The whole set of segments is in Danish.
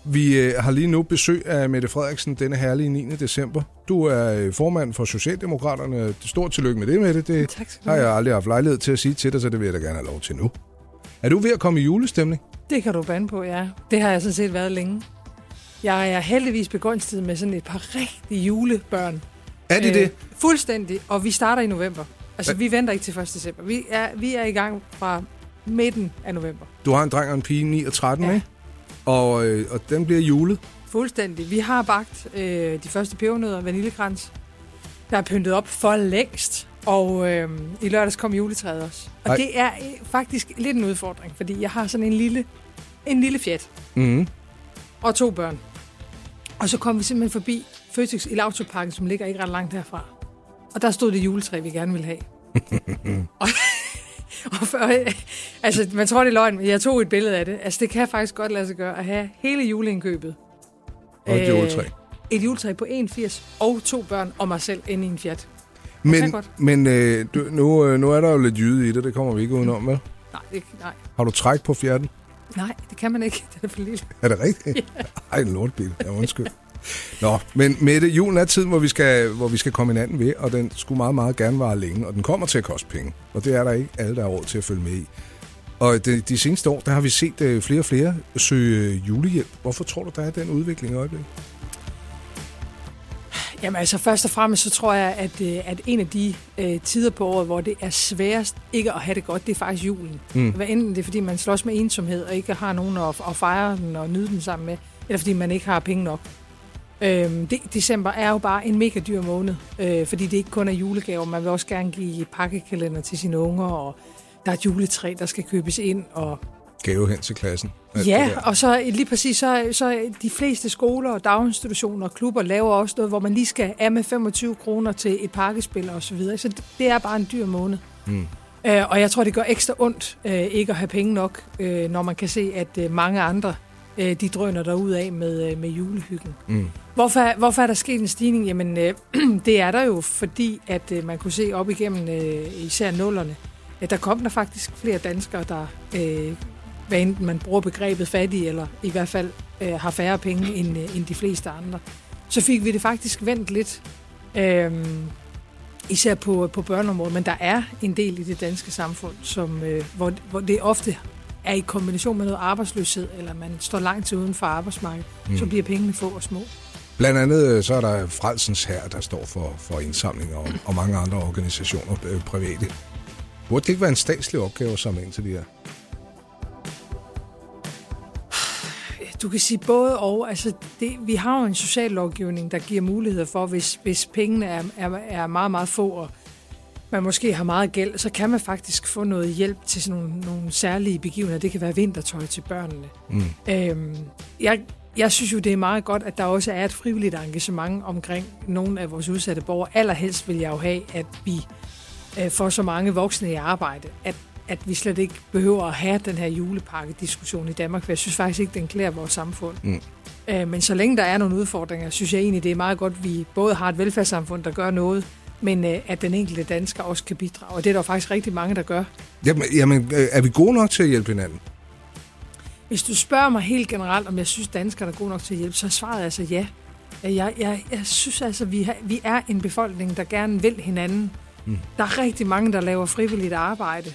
Vi har lige nu besøg af Mette Frederiksen denne herlige 9. december. Du er formand for Socialdemokraterne. Stort tillykke med det, Mette. Det har jeg aldrig haft lejlighed til at sige til dig, så det vil jeg da gerne have lov til nu. Er du ved at komme i julestemning? Det kan du bande på, ja. Det har jeg sådan set været længe. Jeg er heldigvis begunstiget med sådan et par rigtige julebørn. Er det det? Fuldstændig, og vi starter i november. Altså, vi venter ikke til 1. december. Vi er i gang fra midten af november. Du har en dreng og en pige, 9 og 13, ikke? Og den bliver julet? Fuldstændig. Vi har bagt de første pebernødder, vaniljekrans, der er pyntet op for længst. Og i lørdags kom juletræet også. Og det er faktisk lidt en udfordring, fordi jeg har sådan en lille fjat. Mm. Og 2 børn. Og så kom vi simpelthen forbi Føtex i Lautoparken, som ligger ikke ret langt herfra. Og der stod det juletræ, vi gerne ville have. Altså, man tror, det er løgn, men jeg tog et billede af det. Altså, det kan faktisk godt lade sig gøre at have hele juleindkøbet. Og et juletræ. Et juletræ på 81 og 2 børn og mig selv inde i en Fiat. Men nu er der jo lidt jyde i det kommer vi ikke udenom, vel? Nej. Har du træk på Fiaten? Nej, det kan man ikke. Den er for lille. Er det rigtigt? Ja. Ej, en lortbil. Ja, undskyld. Nå, men Mette, julen er tiden, hvor vi skal komme hinanden ved, og den skulle meget, meget gerne vare længe, og den kommer til at koste penge. Og det er der ikke alle, der har råd til at følge med i. Og de seneste år, der har vi set flere og flere søge julehjælp. Hvorfor tror du, der er den udvikling i øjeblikket? Jamen altså, først og fremmest så tror jeg, at en af de tider på året, hvor det er sværest ikke at have det godt, det er faktisk julen. Hvad enten det er, fordi man slås med ensomhed og ikke har nogen at fejre den og nyde den sammen med, eller fordi man ikke har penge nok. December er jo bare en mega dyr måned, fordi det ikke kun er julegaver. Man vil også gerne give pakkekalender til sine unger, og der er et juletræ, der skal købes ind. Og gave hen til klassen. Ja, og så lige præcis, så de fleste skoler og daginstitutioner og klubber laver også noget, hvor man lige skal af med 25 kroner til et pakkespil og så videre. Så det er bare en dyr måned. Og jeg tror, det gør ekstra ondt ikke at have penge nok, når man kan se, at mange andre de drøner derudad med julehyggen. Hvorfor er der sket en stigning? Jamen, det er der jo, fordi at man kunne se op igennem især nullerne, der kom der faktisk flere danskere, der hvad enten man bruger begrebet fattige, eller i hvert fald har færre penge end de fleste andre. Så fik vi det faktisk vendt lidt, især på børneområdet, men der er en del i det danske samfund, hvor det ofte er i kombination med noget arbejdsløshed, eller man står langt til uden for arbejdsmarkedet, så bliver pengene få og små. Blandt andet så er der Frelsens Hær, der står for indsamlinger og mange andre organisationer private. Burde det ikke være en statslig opgave at samle ind til de her? Du kan sige både og. Altså vi har jo en sociallovgivning, der giver muligheder for, hvis pengene er meget, meget få, og man måske har meget gæld, så kan man faktisk få noget hjælp til sådan nogle særlige begivenheder. Det kan være vintertøj til børnene. Jeg synes jo, det er meget godt, at der også er et frivilligt engagement omkring nogle af vores udsatte borgere. Allerhelst vil jeg jo have, at vi får så mange voksne i arbejde, at vi slet ikke behøver at have den her julepakke-diskussion i Danmark, for jeg synes faktisk ikke, den klæder vores samfund. Men så længe der er nogle udfordringer, synes jeg egentlig, det er meget godt, at vi både har et velfærdssamfund, der gør noget, men at den enkelte dansker også kan bidrage. Og det er der faktisk rigtig mange, der gør. Jamen, er vi gode nok til at hjælpe hinanden? Hvis du spørger mig helt generelt, om jeg synes, danskere er gode nok til at hjælpe, så er svaret altså ja. Jeg synes altså, vi er en befolkning, der gerne vil hinanden. Der er rigtig mange, der laver frivilligt arbejde.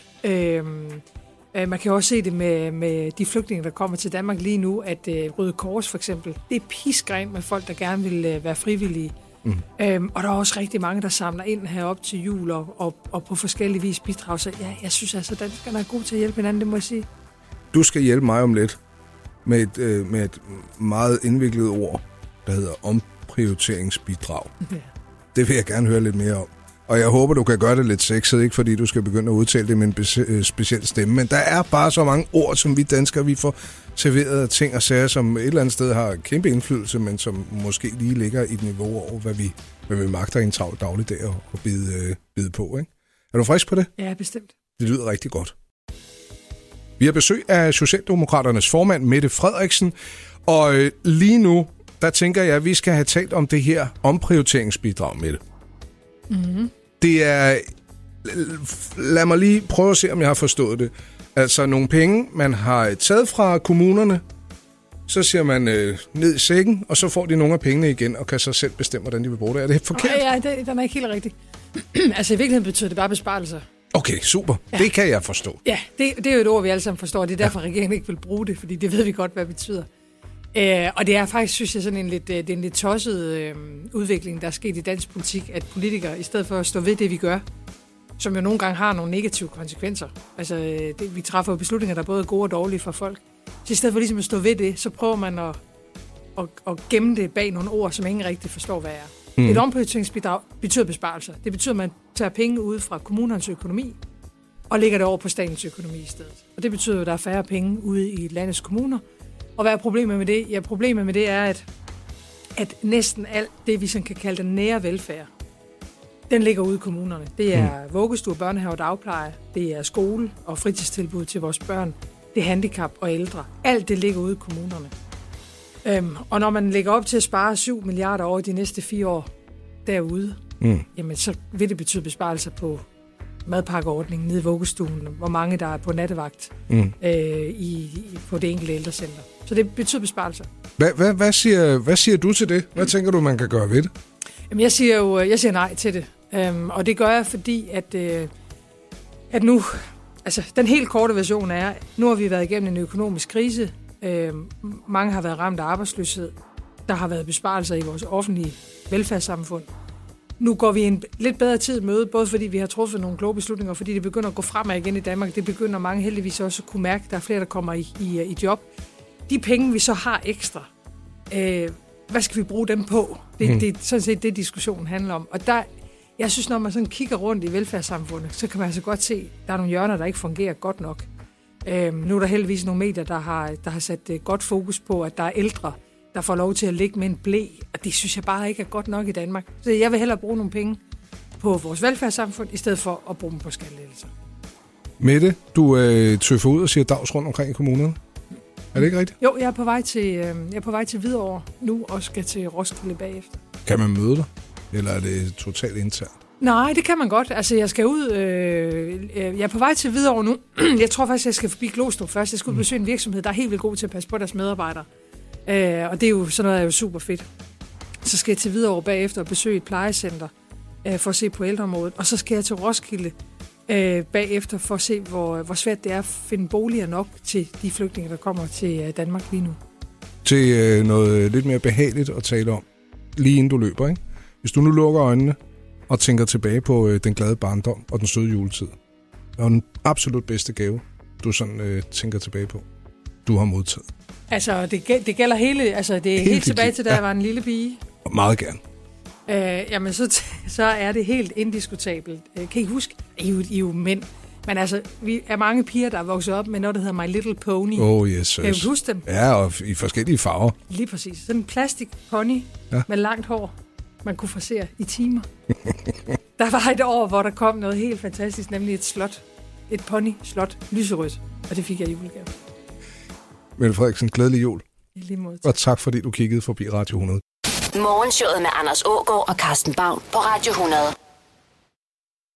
Man kan også se det med de flygtninge, der kommer til Danmark lige nu, at Røde Kors for eksempel, det er pisgren med folk, der gerne vil være frivillige. Og der er også rigtig mange, der samler ind herop til jul og på forskellige vis bidrager. Så ja, jeg synes altså, at danskerne er gode til at hjælpe hinanden, det må jeg sige. Du skal hjælpe mig om lidt med et meget indviklet ord, der hedder omprioriteringsbidrag. Ja. Det vil jeg gerne høre lidt mere om. Og jeg håber, du kan gøre det lidt sexet, ikke fordi du skal begynde at udtale det med en speciel stemme. Men der er bare så mange ord, som vi danskere, vi får serveret af ting og sager, som et eller andet sted har kæmpe indflydelse, men som måske lige ligger i et niveau over, hvad vi magter i en travl dagligdag og bide på. Ikke? Er du frisk på det? Ja, bestemt. Det lyder rigtig godt. Vi har besøg af Socialdemokraternes formand, Mette Frederiksen. Og lige nu, der tænker jeg, at vi skal have talt om det her omprioriteringsbidrag, Mette. Det er... Lad mig lige prøve at se, om jeg har forstået det. Altså nogle penge, man har taget fra kommunerne, så siger man ned i sækken, og så får de nogle af pengene igen, og kan så selv bestemme, hvordan de vil bruge det. Er det forkert? Ja, den er ikke helt rigtig. Altså i virkeligheden betyder det bare besparelser. Okay, super. Ja. Det kan jeg forstå. Ja, det er jo et ord, vi alle sammen forstår. Det er derfor, regeringen ikke vil bruge det, fordi det ved vi godt, hvad det betyder. Og det er faktisk, synes jeg, sådan en lidt tosset udvikling, der er sket i dansk politik, at politikere, i stedet for at stå ved det, vi gør, som jo nogle gange har nogle negative konsekvenser. Altså, vi træffer jo beslutninger, der er både gode og dårlige for folk. Så i stedet for ligesom at stå ved det, så prøver man at gemme det bag nogle ord, som ingen rigtig forstår, hvad er. Et omprioriteringsbidrag betyder besparelser. Det betyder, at man tager penge ud fra kommunernes økonomi og lægger det over på statens økonomi i stedet. Og det betyder, at der er færre penge ude i landets kommuner. Og hvad er problemet med det? Ja, problemet med det er, at næsten alt det, vi sådan kan kalde den nære velfærd, den ligger ude i kommunerne. Det er vuggestue, børnehave og dagpleje. Det er skole og fritidstilbud til vores børn. Det er handicap og ældre. Alt det ligger ude i kommunerne. Og når man lægger op til at spare 7 milliarder over de næste 4 år derude, jamen så vil det betyde besparelser på madpakkeordningen nede i vuggestuen, hvor mange der er på nattevagt på det enkelte ældrecenter. Så det betyder besparelser. Hvad siger du til det? Hvad tænker du, man kan gøre ved det? Jamen, jeg siger nej til det. Og det gør jeg, fordi at nu, altså den helt korte version er, nu har vi været igennem en økonomisk krise. Mange har været ramt af arbejdsløshed. Der har været besparelser i vores offentlige velfærdssamfund. Nu går vi en lidt bedre tid møde, både fordi vi har truffet nogle kloge beslutninger, fordi det begynder at gå fremad igen i Danmark. Det begynder mange heldigvis også at kunne mærke, at der er flere, der kommer i job. De penge, vi så har ekstra, hvad skal vi bruge dem på? Det er sådan set det, diskussionen handler om. Og jeg synes, når man sådan kigger rundt i velfærdssamfundet, så kan man altså godt se, at der er nogle hjørner, der ikke fungerer godt nok. Nu er der heldigvis nogle medier, der har sat godt fokus på, at der er ældre, der får lov til at ligge med en ble, og det synes jeg bare ikke er godt nok i Danmark. Så jeg vil hellere bruge nogle penge på vores velfærdssamfund, i stedet for at bruge dem på skattelettelser. Mette, du tøffer ud og siger dags rundt omkring i kommunerne. Er det ikke rigtigt? Jo, jeg er på vej til Hvidovre nu, og skal til Roskilde bagefter. Kan man møde dig, eller er det totalt internt? Nej, det kan man godt. Altså, jeg skal ud... jeg er på vej til Hvidovre nu. Jeg tror faktisk, jeg skal forbi Glostrup først. Jeg skal ud besøge en virksomhed, der er helt vildt god til at passe på deres medarbejdere. Og det er jo sådan noget, er jo super fedt. Så skal jeg til Hvidovre bagefter og besøge et plejecenter for at se på ældreområdet. Og så skal jeg til Roskilde bagefter for at se, hvor svært det er at finde boliger nok til de flygtninge, der kommer til Danmark lige nu. Til noget lidt mere behageligt at tale om, lige inden du løber, ikke? Hvis du nu lukker øjnene og tænker tilbage på den glade barndom og den søde juletid, og den absolut bedste gave, du sådan tænker tilbage på, du har modtaget. Altså, det gælder hele, altså det er helt tilbage til, da jeg var en lille pige. Og meget gerne. Jamen, så er det helt indiskutabelt. Kan I huske? I er jo mænd. Men altså, vi er mange piger, der er vokset op med noget, der hedder My Little Pony. Yes. Kan I huske dem? Ja, og i forskellige farver. Lige præcis. Sådan en plastikpony med langt hår, man kunne frasere i timer. Der var et år, hvor der kom noget helt fantastisk, nemlig et slot. Et pony-slot, lyserødt. Og det fik jeg i julegave. Mette Frederiksen, glædelig jul. I lige måde. Og tak, fordi du kiggede forbi Radio 100. Morgenshowet med Anders Aagaard og Carsten Baum på Radio 100.